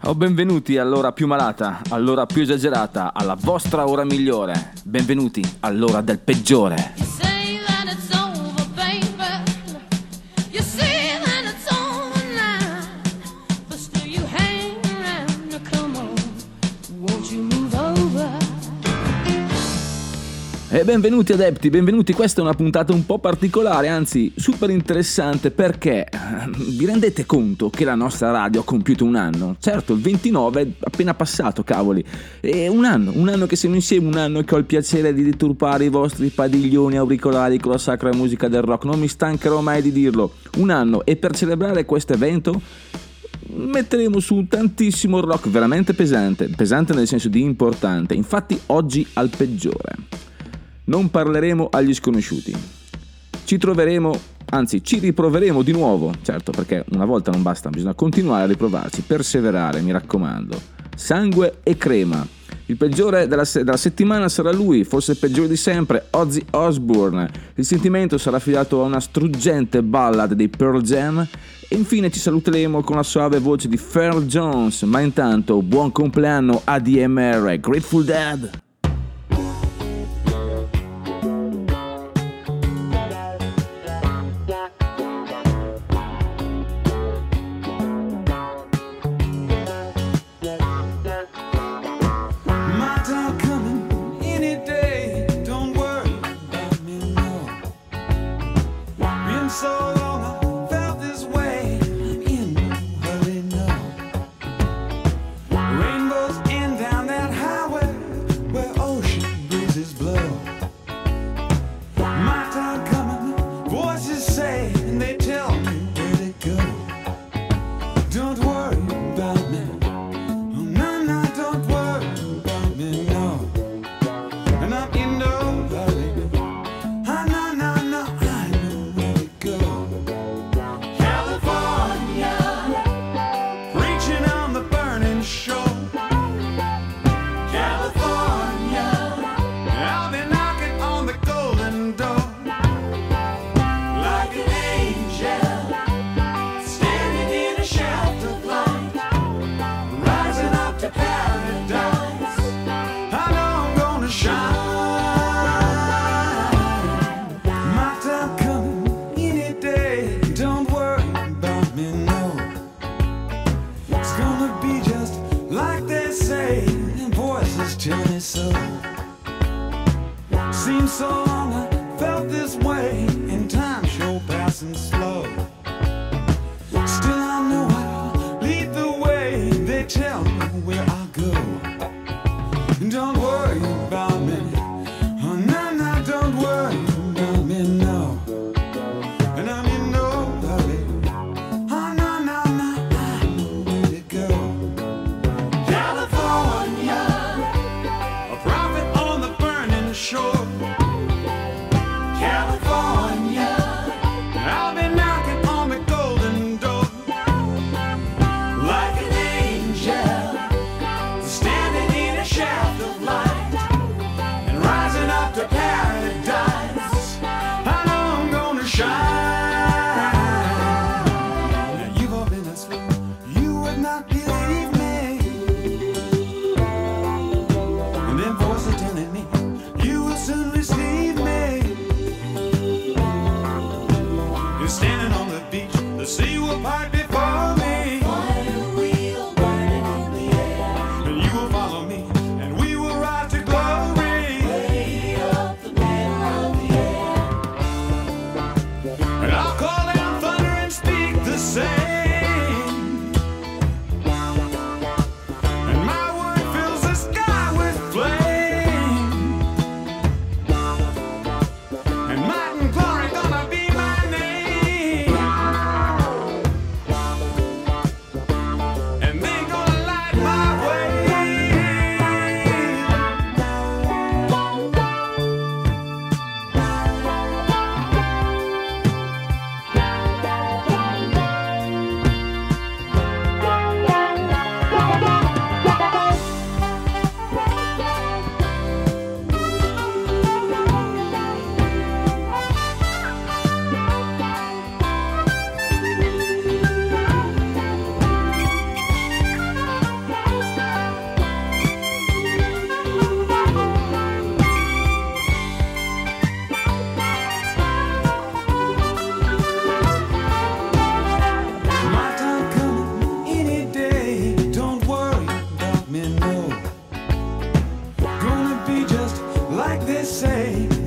O benvenuti all'ora più malata, all'ora più esagerata, alla vostra ora migliore. Benvenuti all'ora del peggiore. E benvenuti adepti, benvenuti, questa è una puntata un po' particolare, anzi super interessante, perché vi rendete conto che la nostra radio ha compiuto un anno? Certo, il 29 è appena passato, cavoli, è un anno che siamo insieme, un anno che ho il piacere di deturpare i vostri padiglioni auricolari con la sacra musica del rock, non mi stancherò mai di dirlo, un anno, e per celebrare questo evento metteremo su tantissimo rock veramente pesante nel senso di importante, infatti oggi al peggiore. Non parleremo agli sconosciuti. Ci riproveremo di nuovo. Certo, perché una volta non basta, bisogna continuare a riprovarci, perseverare, mi raccomando. Sangue e crema. Il peggiore della settimana sarà lui, forse il peggiore di sempre, Ozzy Osbourne. Il sentimento sarà affidato a una struggente ballad dei Pearl Jam. E infine ci saluteremo con la suave voce di Pharrell Jones. Ma intanto, buon compleanno ADMR, Grateful Dead.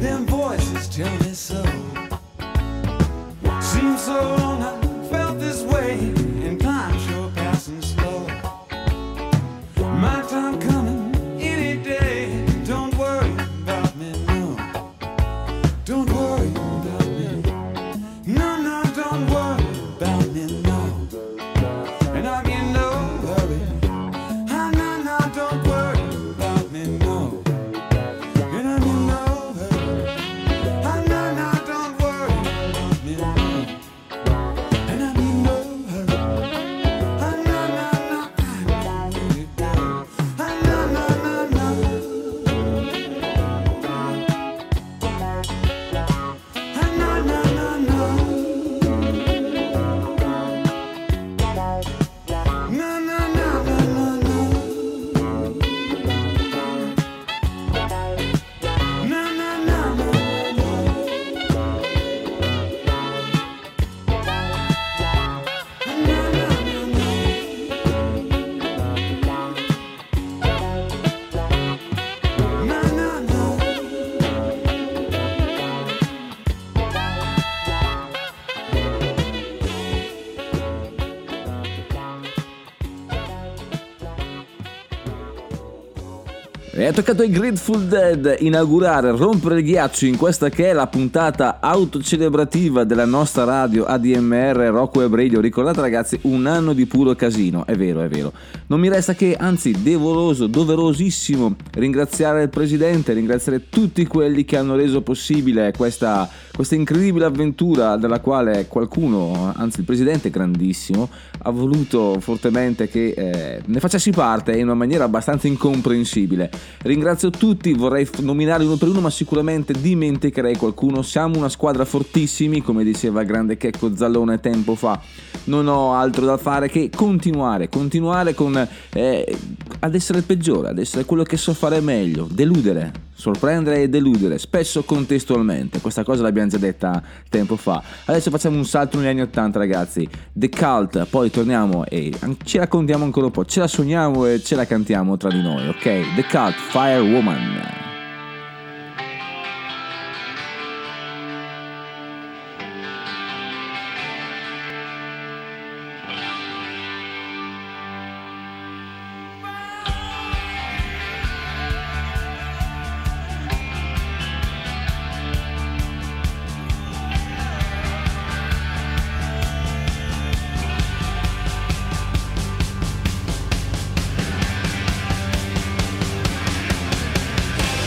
Them voices tell me so. Seems so long I felt this way, and time sure passing slow. My time coming any day. Don't worry about me, no. Don't worry about me. No, no, don't worry about me, no. And I'm in no hurry. Ah, no, no, don't worry about me, no. And I'm in no hurry. Ah, no, no, don't worry about me, no. And I'm in no hurry. Ah, no, no, no, I need it now. Ah, no, no, no, no. Ah, no, no, no, no. No, no, no, no, no, no. No, no, no, no, no. E è toccato ai Grateful Dead inaugurare, rompere il ghiaccio in questa che è la puntata autocelebrativa della nostra radio ADMR Rock Web Radio. Ricordate ragazzi, un anno di puro casino, è vero, è vero. Non mi resta che, anzi, doverosissimo ringraziare il presidente, ringraziare tutti quelli che hanno reso possibile questa incredibile avventura della quale qualcuno, anzi il presidente grandissimo, ha voluto fortemente che ne facessi parte in una maniera abbastanza incomprensibile. Ringrazio tutti, vorrei nominarli uno per uno, ma sicuramente dimenticherei qualcuno. Siamo una squadra fortissimi, come diceva il grande Checco Zalone tempo fa. Non ho altro da fare che continuare con ad essere il peggiore, ad essere quello che so fare meglio, deludere, sorprendere e deludere, spesso contestualmente. Questa cosa l'abbiamo già detta tempo fa. Adesso facciamo un salto negli anni 80 ragazzi, The Cult, poi torniamo e ci raccontiamo ancora un po', ce la sogniamo e ce la cantiamo tra di noi, ok? The Cult, Firewoman. No.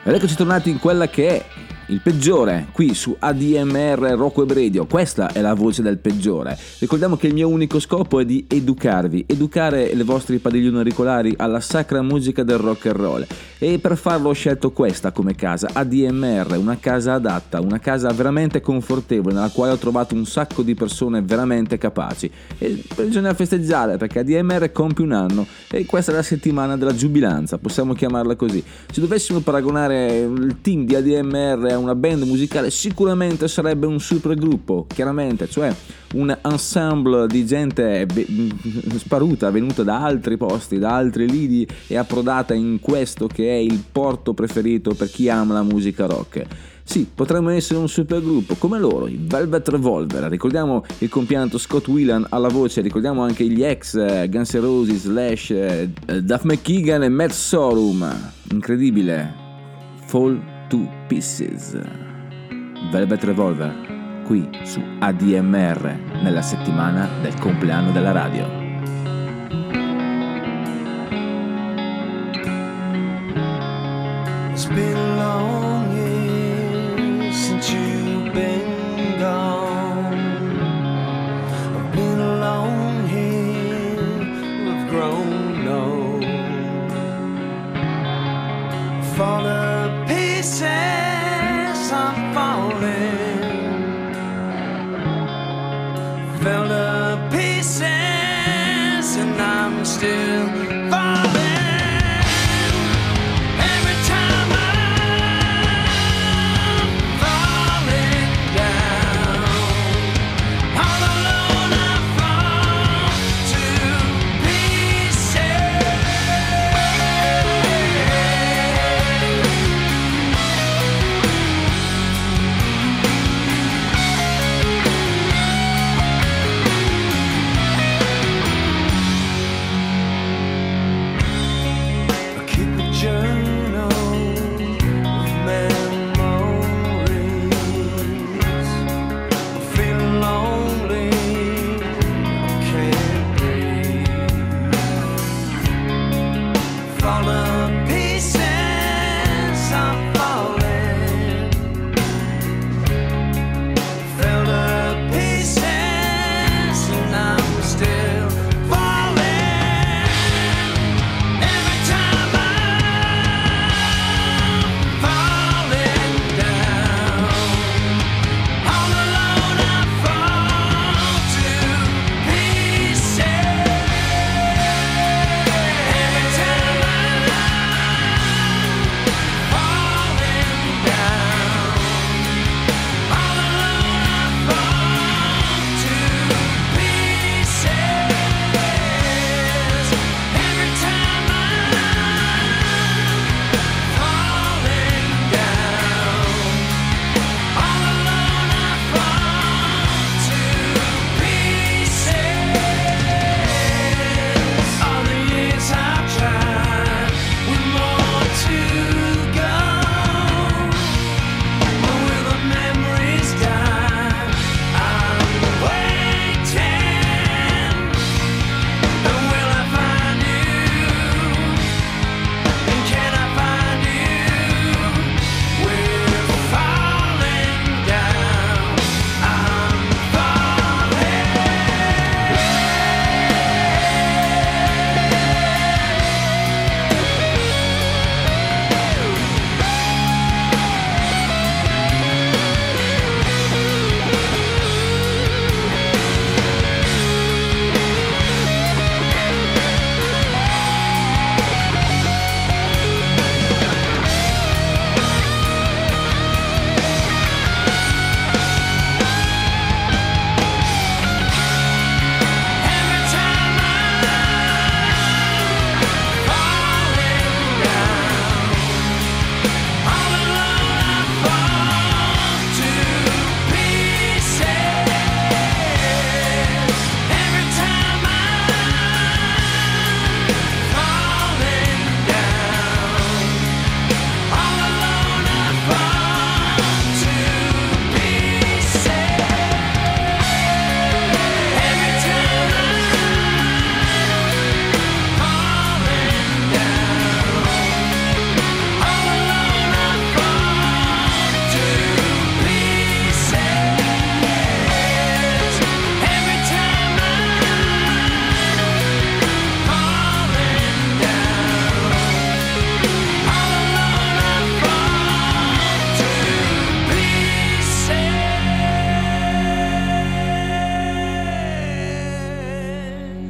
Ed eccoci tornati in quella che è il peggiore, qui su ADMR Rock Web Radio. Questa è la voce del peggiore. Ricordiamo che il mio unico scopo è di educarvi, educare le vostre padiglioni auricolari alla sacra musica del rock and roll, e per farlo ho scelto questa come casa, ADMR, una casa adatta, una casa veramente confortevole, nella quale ho trovato un sacco di persone veramente capaci, e bisogna festeggiare perché ADMR compie un anno e questa è la settimana della giubilanza, possiamo chiamarla così. Se dovessimo paragonare il team di ADMR una band musicale, sicuramente sarebbe un supergruppo, chiaramente, cioè un ensemble di gente sparuta, venuta da altri posti, da altri lidi e approdata in questo che è il porto preferito per chi ama la musica rock. Sì, potremmo essere un supergruppo come loro, i Velvet Revolver. Ricordiamo il compianto Scott Weiland alla voce, ricordiamo anche gli ex Guns N' Roses, Slash, Duff McKagan e Matt Sorum. Incredibile. Fall to Pieces. Velvet Revolver, qui su ADMR, nella settimana del compleanno della radio. It's been a long year since you've been gone. I've been alone here, we've grown old. Fall to pieces, I'm falling. Fell to pieces and I'm still falling.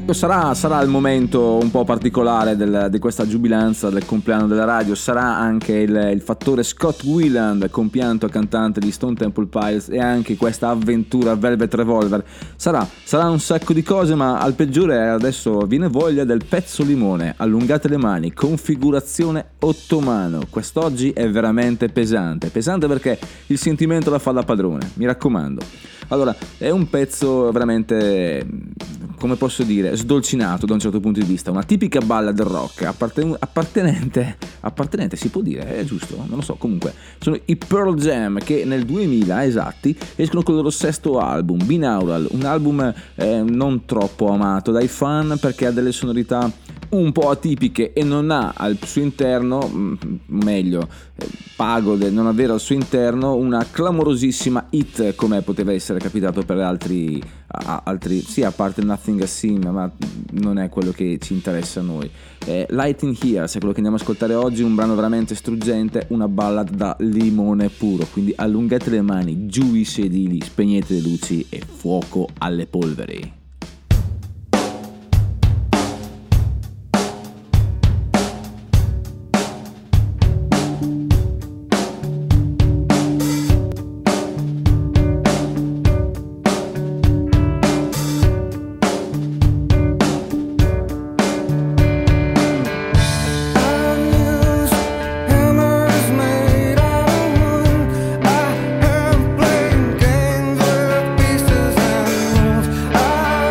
Sarà il momento un po' particolare di questa giubilanza del compleanno della radio. Sarà anche il fattore Scott Weiland, compianto cantante di Stone Temple Pilots, e anche questa avventura Velvet Revolver. Sarà un sacco di cose, ma al peggiore adesso viene voglia del pezzo limone. Allungate le mani, configurazione ottomano. Quest'oggi è veramente pesante perché il sentimento la fa da padrone, mi raccomando. Allora, è un pezzo veramente, come posso dire, sdolcinato da un certo punto di vista, una tipica ballad del rock, appartenente, si può dire, è giusto? Non lo so, comunque, sono i Pearl Jam, che nel 2000, esatti, escono con il loro sesto album, Binaural, un album non troppo amato dai fan perché ha delle sonorità un po' atipiche e non ha al suo interno, pago del non avere al suo interno una clamorosissima hit come poteva essere capitato per altri, sì, a parte Nothing Has Seen, ma non è quello che ci interessa a noi. Light in Here, se quello che andiamo a ascoltare oggi, un brano veramente struggente, una ballad da limone puro, quindi allungate le mani, giù i sedili, spegnete le luci e fuoco alle polveri. Pieces and moves.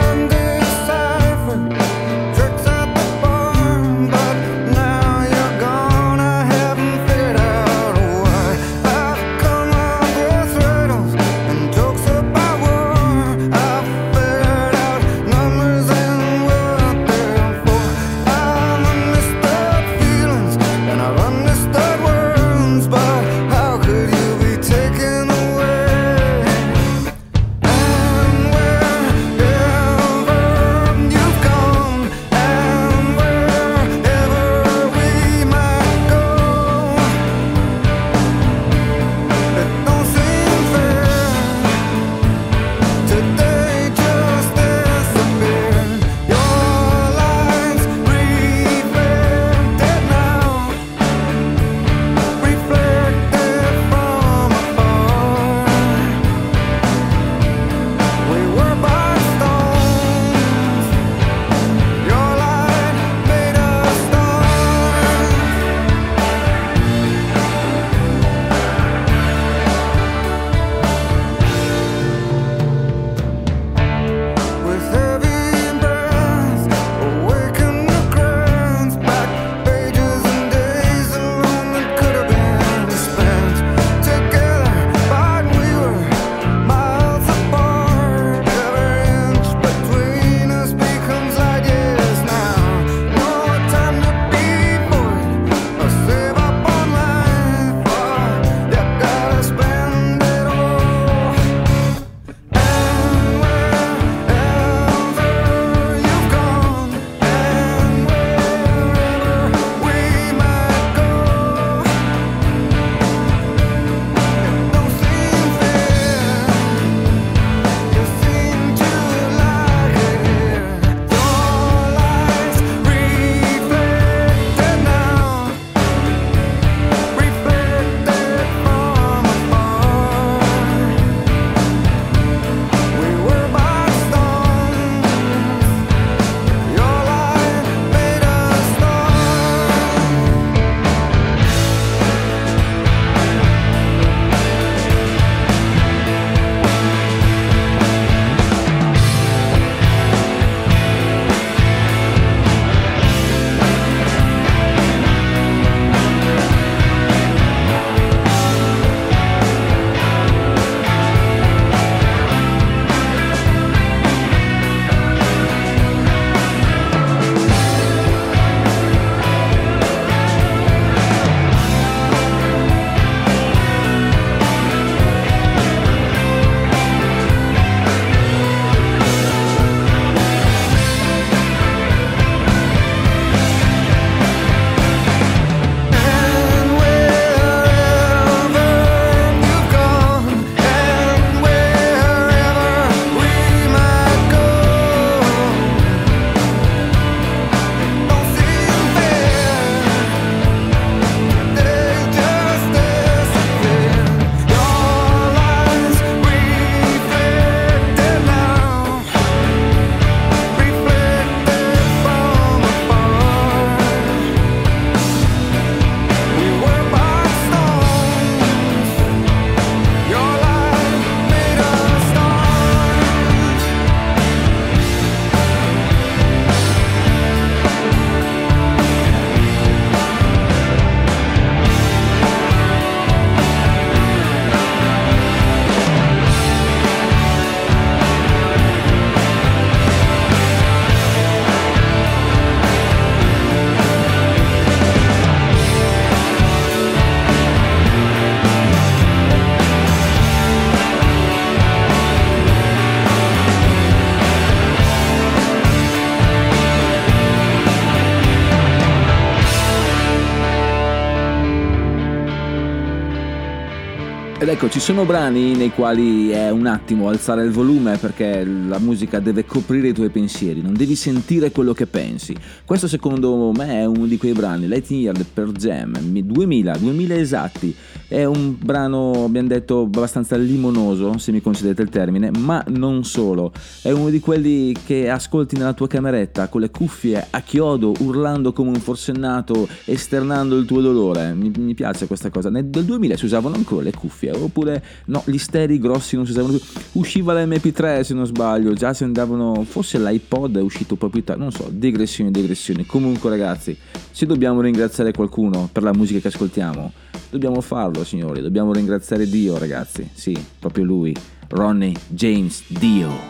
Ed ecco, ci sono brani nei quali è un attimo alzare il volume perché la musica deve coprire i tuoi pensieri, non devi sentire quello che pensi. Questo secondo me è uno di quei brani, Lighting Year per Jam, 2000 esatti. È un brano, abbiamo detto, abbastanza limonoso, se mi concedete il termine, ma non solo. È uno di quelli che ascolti nella tua cameretta con le cuffie a chiodo, urlando come un forsennato, esternando il tuo dolore. Mi piace questa cosa. Nel 2000 si usavano ancora le cuffie, oppure no, gli sterei grossi non si usavano più. Usciva l'MP3 se non sbaglio, già si andavano, forse l'iPod è uscito proprio tardi, non so, digressioni. Comunque ragazzi, se dobbiamo ringraziare qualcuno per la musica che ascoltiamo, dobbiamo farlo signori, dobbiamo ringraziare Dio ragazzi, sì, proprio lui, Ronnie James Dio.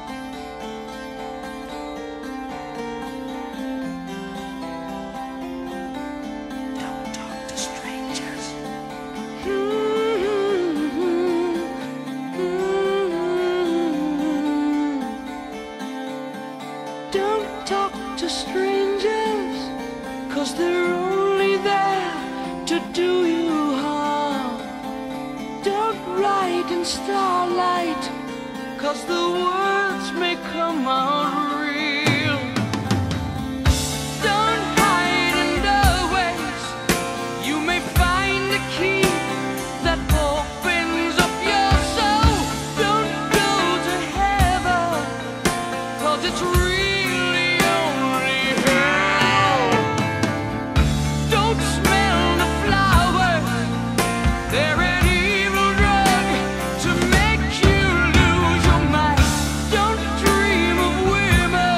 Don't dream of women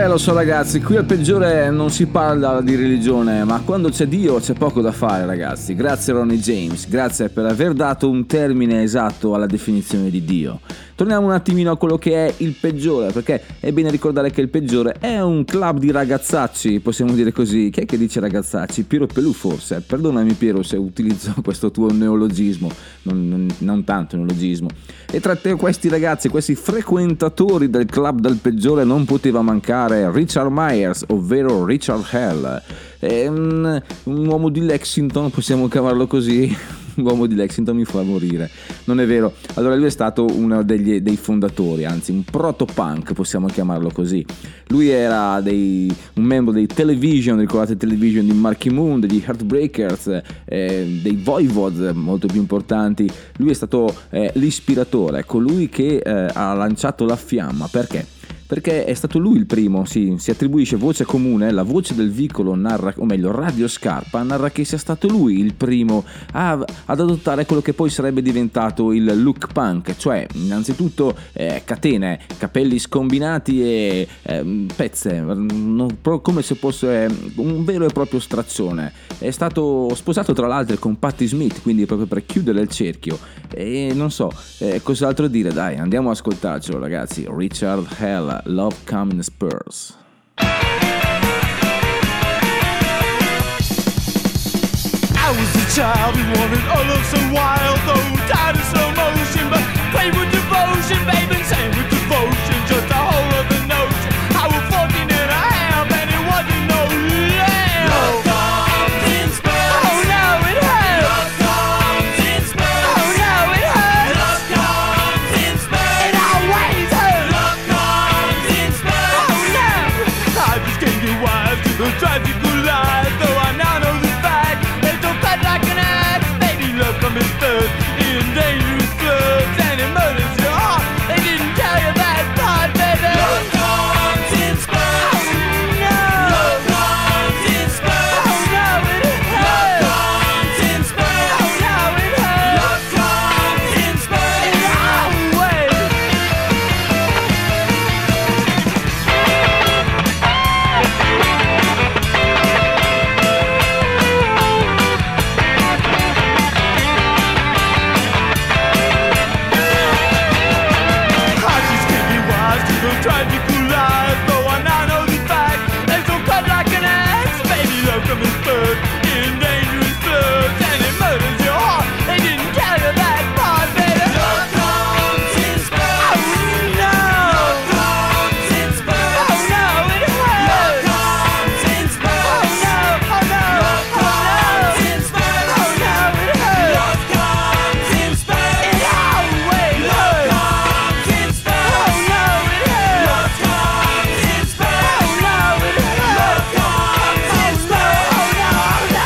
Lo so ragazzi, qui al Peggiore non si parla di religione, ma quando c'è Dio c'è poco da fare ragazzi. Grazie Ronnie James, grazie per aver dato un termine esatto alla definizione di Dio. Torniamo un attimino a quello che è il Peggiore, perché è bene ricordare che il Peggiore è un club di ragazzacci, possiamo dire così. Chi è che dice ragazzacci? Piero Pelù forse. Perdonami Piero se utilizzo questo tuo neologismo, non tanto neologismo. E tra questi ragazzi, questi frequentatori del club del Peggiore non poteva mancare Richard Myers, ovvero Richard Hell. È un uomo di Lexington, possiamo chiamarlo così. Un uomo di Lexington mi fa morire. Non è vero. Allora lui è stato uno dei fondatori, anzi un proto-punk, possiamo chiamarlo così. Lui era un membro dei Television, ricordate Television di Marky Moon, degli Heartbreakers, dei Voivod, molto più importanti. Lui è stato l'ispiratore, colui che ha lanciato la fiamma. Perché? Perché è stato lui il primo, si attribuisce voce comune, la voce del vicolo narra, o meglio Radio Scarpa narra che sia stato lui il primo ad adottare quello che poi sarebbe diventato il look punk, cioè innanzitutto catene, capelli scombinati e pezze, come se fosse un vero e proprio straccione. È stato sposato tra l'altro con Patti Smith, quindi proprio per chiudere il cerchio. E non so cos'altro dire, dai, andiamo ad ascoltarcelo ragazzi. Richard Hell, Love Come in Spurs. I was a child who wanted all love so wild, though tired of slow motion, but played with devotion, babe, and sang with devotion, just a whole other notion. I was 14 and a half, and it wasn't no lamb. Love comes in spurs. Oh no, it hurts. Love comes in spurs. Oh no, it hurts. Love comes in spurs. It always hurts. Love comes in spurs. Oh no. I just can't get wise to those tragical lies, though I now know the fact. They don't cut like an axe. Baby, love comes in spurs. In dangerous clubs, and it murders your heart. They didn't tell you that part, baby. Love comes in spurs. Oh no. Love comes in spurs. Oh no, it hurts. Love comes in spurs. Oh no, it hurts. Love comes in spurs. It always. I just can't be wise to those tragical lies, though I now know the fact. They don't cut like an axe. Baby, love comes in spurs, in dangerous floods, and it murders your heart. They didn't tell you that part, baby. Love comes in spurs. Oh no. Love comes in spurs. Oh no, it hurts. Love comes in spurs. Oh no, oh no. Love comes in spurs. Oh no, it hurts. Love comes in spurs. It always hurts. Love comes in spurs. Oh no, it hurts. Love comes in spurs. Oh no, it hurts. Love comes in spurs. Oh no, no.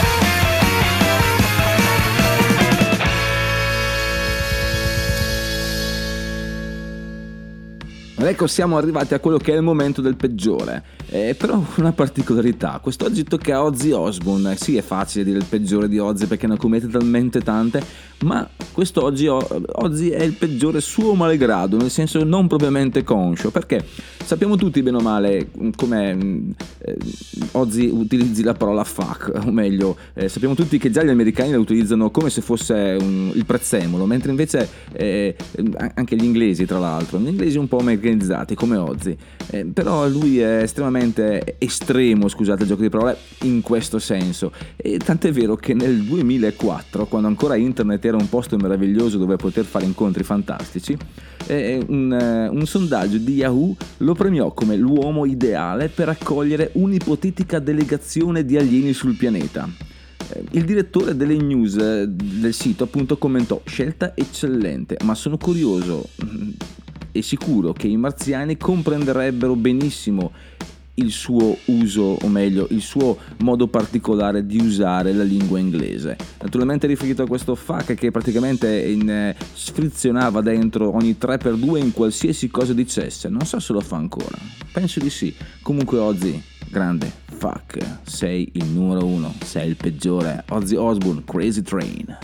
Ecco, siamo arrivati a quello che è il momento del Peggiore. Però una particolarità, quest'oggi tocca a Ozzy Osbourne. Sì, è facile dire il peggiore di Ozzy perché ne commette talmente tante, ma quest'oggi Ozzy è il peggiore suo malgrado, nel senso non propriamente conscio, perché sappiamo tutti bene o male come Ozzy utilizzi la parola fuck, o meglio, sappiamo tutti che già gli americani la utilizzano come se fosse il prezzemolo, mentre invece anche gli inglesi, tra l'altro, gli inglesi un po' americanizzati come Ozzy, però lui è estremamente estremo, scusate il gioco di parole, in questo senso, e tant'è vero che nel 2004, quando ancora internet era un posto meraviglioso dove poter fare incontri fantastici, un sondaggio di Yahoo lo premiò come l'uomo ideale per accogliere un'ipotetica delegazione di alieni sul pianeta. Il direttore delle news del sito appunto commentò: scelta eccellente, ma sono curioso e sicuro che i marziani comprenderebbero benissimo il suo uso, o meglio il suo modo particolare di usare la lingua inglese. Naturalmente riferito a questo fuck che praticamente sfrizionava dentro ogni 3x2 in qualsiasi cosa dicesse. Non so se lo fa ancora, penso di sì. Comunque Ozzy, grande, fuck, sei il numero uno, sei il peggiore. Ozzy Osbourne, Crazy Train.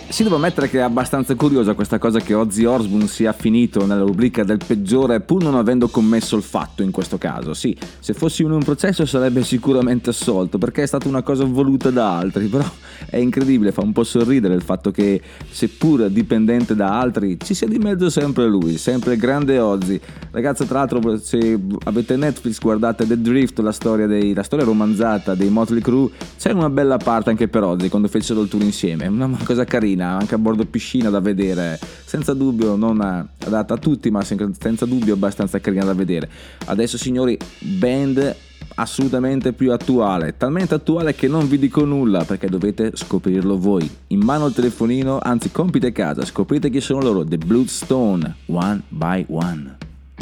Si deve ammettere che è abbastanza curiosa questa cosa che Ozzy Osbourne sia finito nella rubrica del peggiore pur non avendo commesso il fatto in questo caso. Sì, se fossi in un processo sarebbe sicuramente assolto perché è stata una cosa voluta da altri, però è incredibile, fa un po' sorridere il fatto che seppur dipendente da altri ci sia di mezzo sempre lui, sempre il grande Ozzy. Ragazzi, tra l'altro se avete Netflix guardate The Drift, la storia romanzata dei Motley Crue, c'è una bella parte anche per Ozzy quando fecero il tour insieme, una cosa carina anche a bordo piscina da vedere, senza dubbio non adatta a tutti ma senza dubbio abbastanza carina da vedere. Adesso signori, band assolutamente più attuale, talmente attuale che non vi dico nulla perché dovete scoprirlo voi. In mano il telefonino, anzi compiti a casa, scoprite chi sono loro, The Bloodstone, One by One.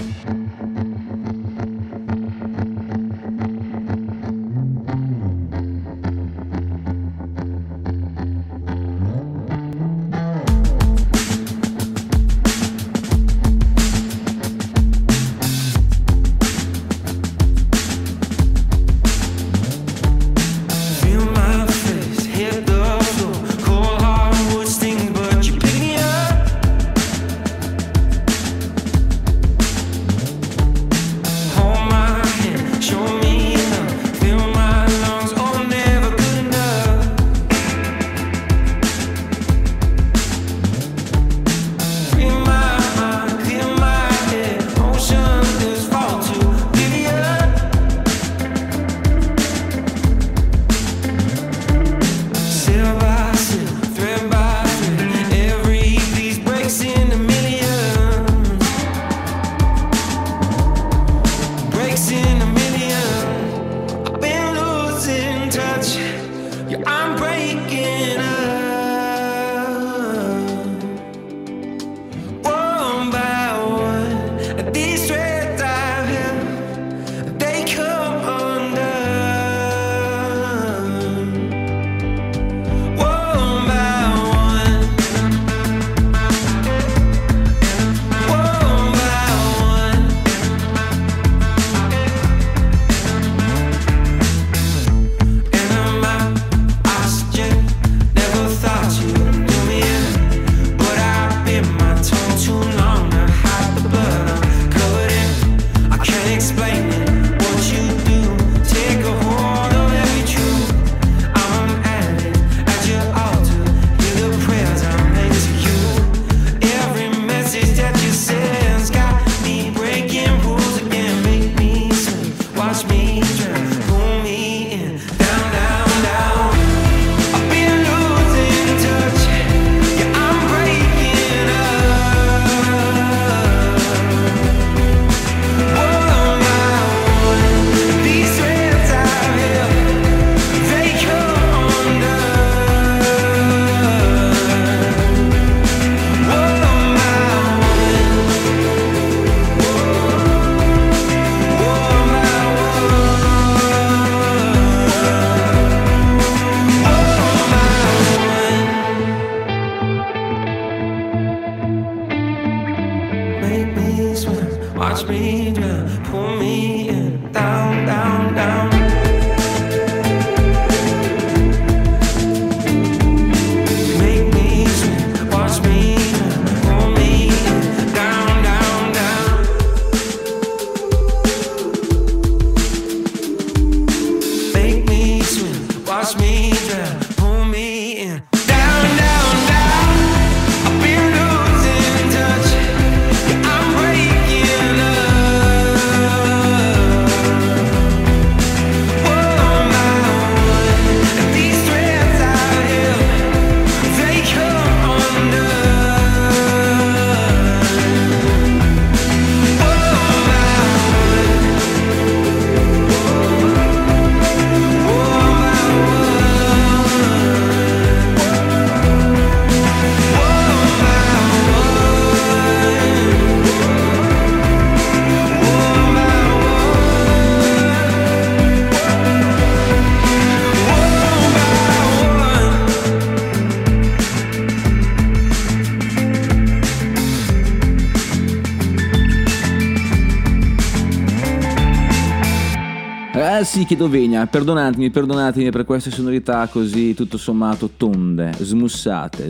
Watch me drown, pull me in, down, down, down. Make me swim, watch me drown, pull me in, down, down, down. Make me swim, watch me drown, pull me in, down, down, down. I've been losing touch, yeah, I'm breaking up. sì, chiedo venia, perdonatemi per queste sonorità così tutto sommato tonde, smussate,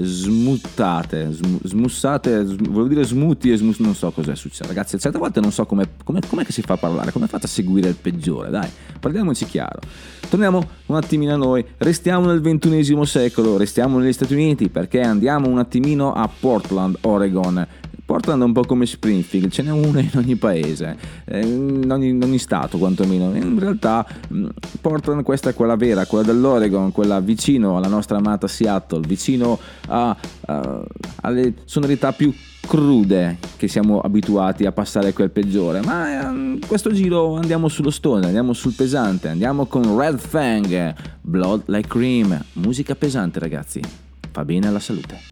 volevo dire smuti e non so cos'è successo. Ragazzi, certe volte non so com'è che si fa a parlare, come fate a seguire il peggiore, dai, parliamoci chiaro. Torniamo un attimino a noi, restiamo nel XXI secolo, restiamo negli Stati Uniti perché andiamo un attimino a Portland, Oregon. Portland è un po' come Springfield, ce n'è uno in ogni paese, in ogni stato quantomeno. In realtà Portland, questa è quella vera, quella dell'Oregon, quella vicino alla nostra amata Seattle, vicino alle sonorità più crude che siamo abituati a passare quel peggiore. Ma questo giro andiamo sullo stone, andiamo sul pesante, andiamo con Red Fang, Blood Like Cream, musica pesante ragazzi, fa bene alla salute.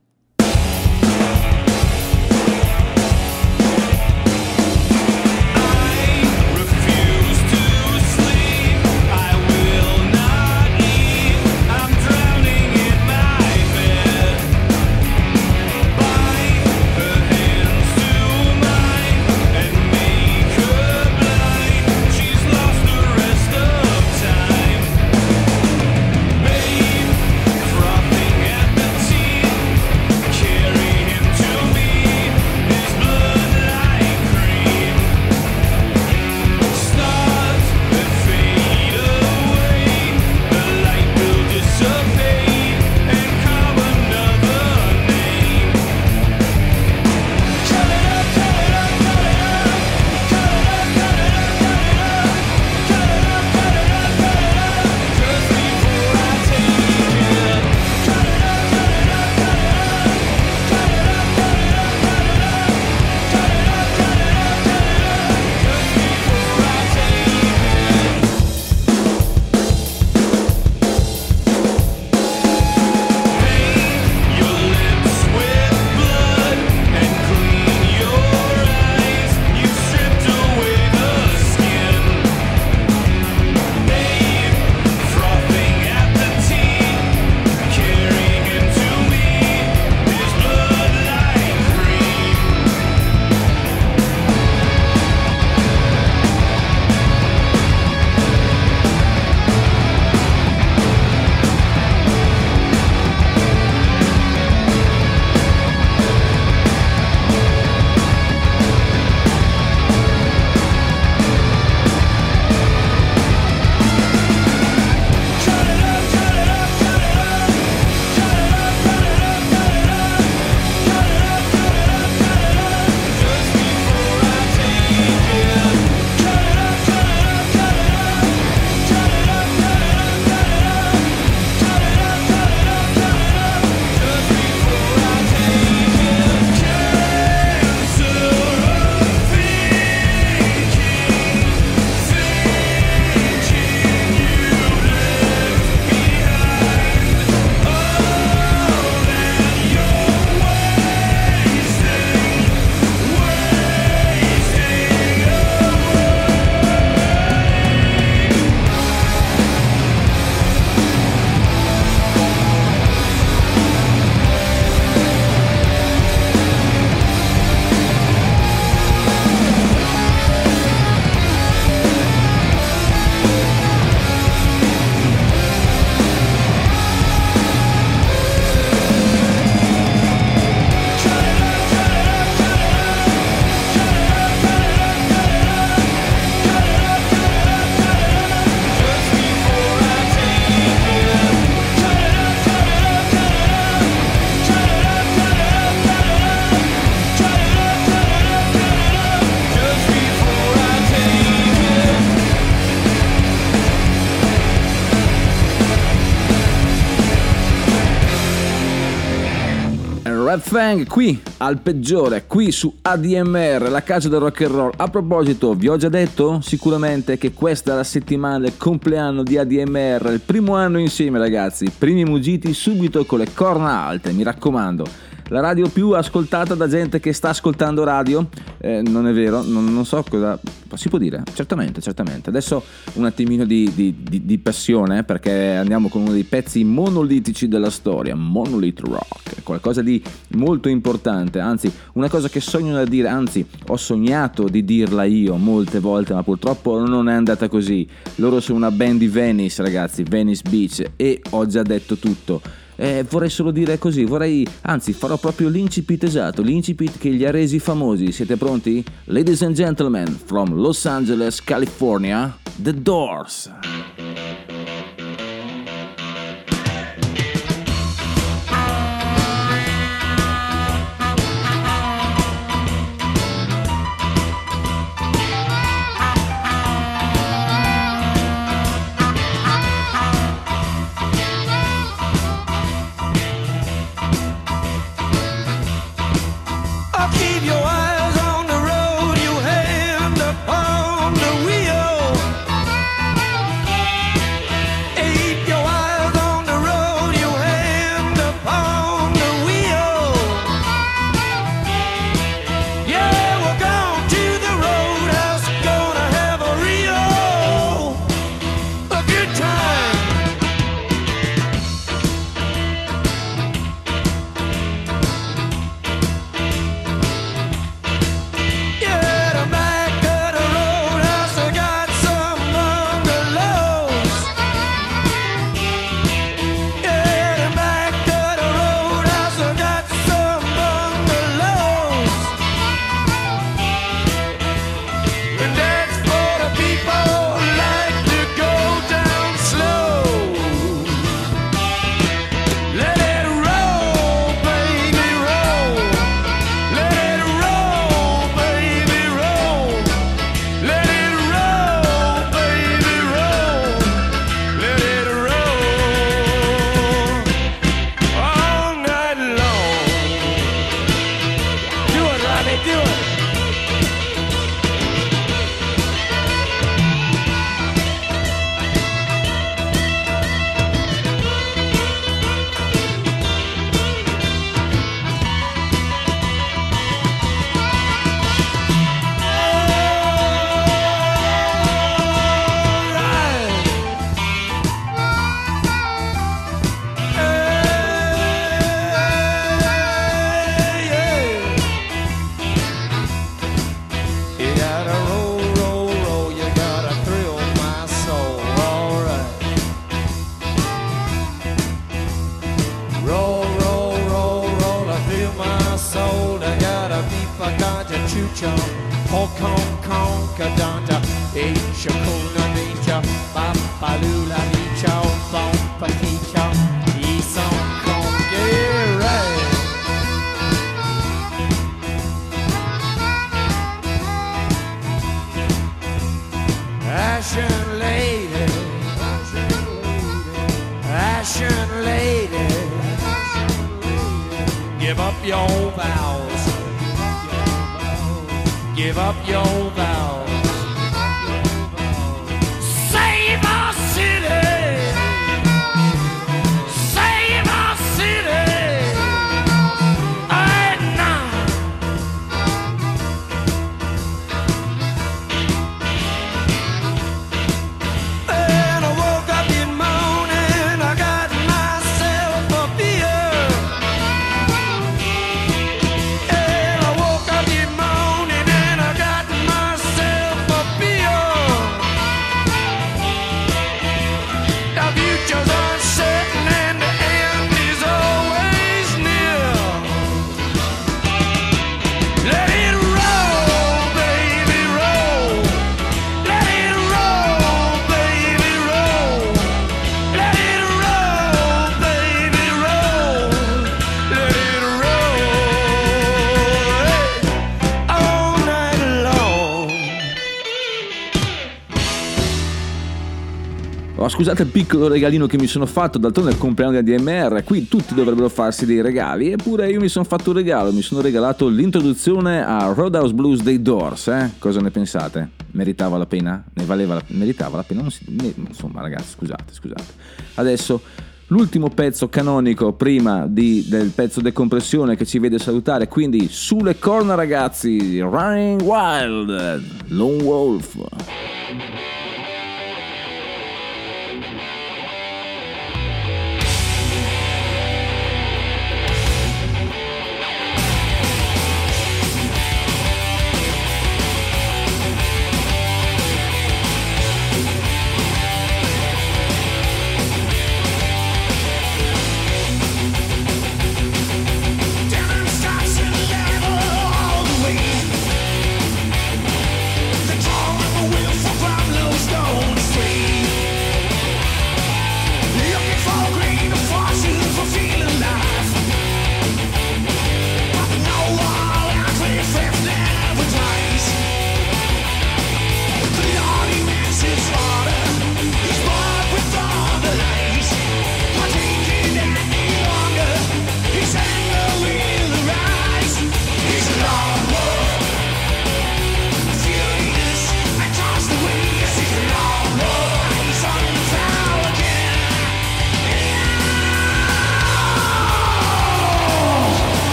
Red Fang qui al peggiore, qui su ADMR, la casa del rock and roll. A proposito, vi ho già detto sicuramente che questa è la settimana del compleanno di ADMR, il primo anno insieme ragazzi, primi muggiti subito con le corna alte, mi raccomando. la radio più ascoltata da gente che sta ascoltando radio. Non è vero, non so cosa si può dire. Certamente. Adesso un attimino di passione, perché andiamo con uno dei pezzi monolitici della storia, Monolith Rock, qualcosa di molto importante, anzi una cosa che sogno da dire, anzi ho sognato di dirla io molte volte, ma purtroppo non è andata così. Loro sono una band di Venice, ragazzi, Venice Beach, e ho già detto tutto. Vorrei solo dire così, anzi farò proprio l'incipit esatto, l'incipit che li ha resi famosi. Siete pronti? Ladies and gentlemen, from Los Angeles, California, The Doors. Keep your eyes on the road, your hand upon the wheel. Keep your eyes on the road, your hand upon the wheel. Yeah, we're going to the roadhouse, gonna have a good time. Give up your vows. Give up your vows. Save our city. Save our city. At night. And I woke up in the morning, I got myself a beer. And I woke up in the morning and I got myself a beer. The future's uncertain and the end is always near. Let it roll, baby, roll. Let it roll, baby, roll. Let it roll, baby, roll. Let it roll all night long. Oh, scusate il piccolo regalino che mi sono fatto, d'altronde è il compleanno di ADMR, qui tutti dovrebbero farsi dei regali, eppure io mi sono fatto un regalo, mi sono regalato l'introduzione a Roadhouse Blues dei Doors, Cosa ne pensate? Meritava la pena? Meritava la pena? Insomma ragazzi, scusate. Adesso l'ultimo pezzo canonico prima del pezzo decompressione che ci vede salutare, quindi sulle corna ragazzi, Running Wild, Lone Wolf. The drum and the wheel for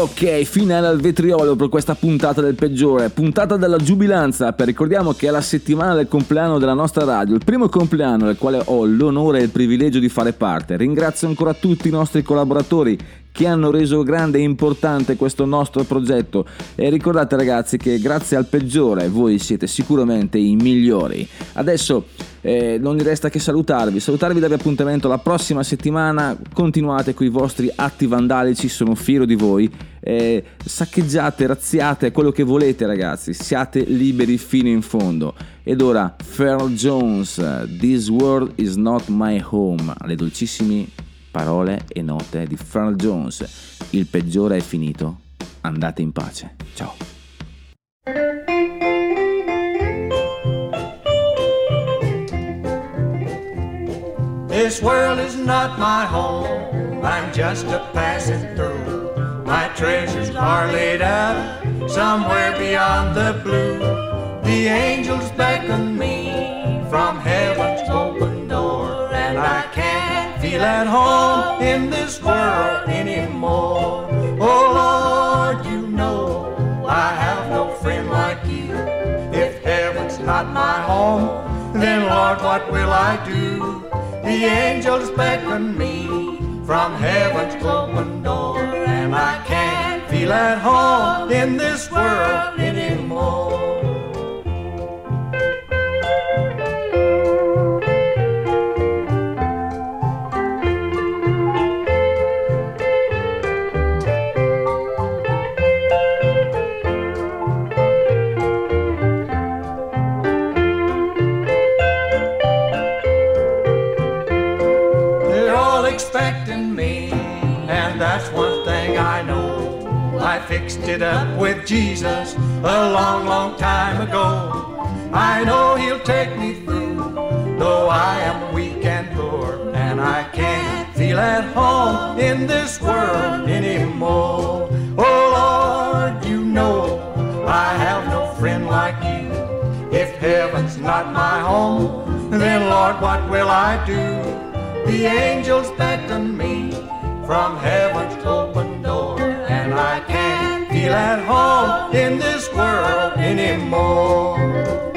Ok, finale al vetriolo per questa puntata del peggiore, puntata della giubilanza, ricordiamo che è la settimana del compleanno della nostra radio, il primo compleanno del quale ho l'onore e il privilegio di fare parte. Ringrazio ancora tutti i nostri collaboratori che hanno reso grande e importante questo nostro progetto, e ricordate ragazzi che grazie al peggiore voi siete sicuramente i migliori. Adesso non mi resta che salutarvi, darvi appuntamento la prossima settimana. Continuate con i vostri atti vandalici, sono fiero di voi, saccheggiate, razziate, quello che volete ragazzi, siate liberi fino in fondo. Ed ora Pharrell Jones, This World Is Not My Home, le dolcissime parole e note di Pharrell Jones. Il peggiore è finito, andate in pace, ciao. This world is not my home, I'm just a passing through. My treasures are laid out somewhere beyond the blue. The angels beckon me from heaven's open door, and I can't feel at home in this world anymore. Oh Lord, you know I have no friend like you. If heaven's not my home, then Lord, what will I do? The angels beckon me from heaven's open door, and I can't feel at home in this world anymore. Expecting me, and that's one thing I know. I fixed it up with Jesus a long, long time ago. I know he'll take me through, though I am weak and poor, and I can't feel at home in this world anymore. Oh Lord, you know I have no friend like you. If heaven's not my home, then Lord, what will I do? The angels beckon me from heaven's open door, and I can't feel at home in this world anymore.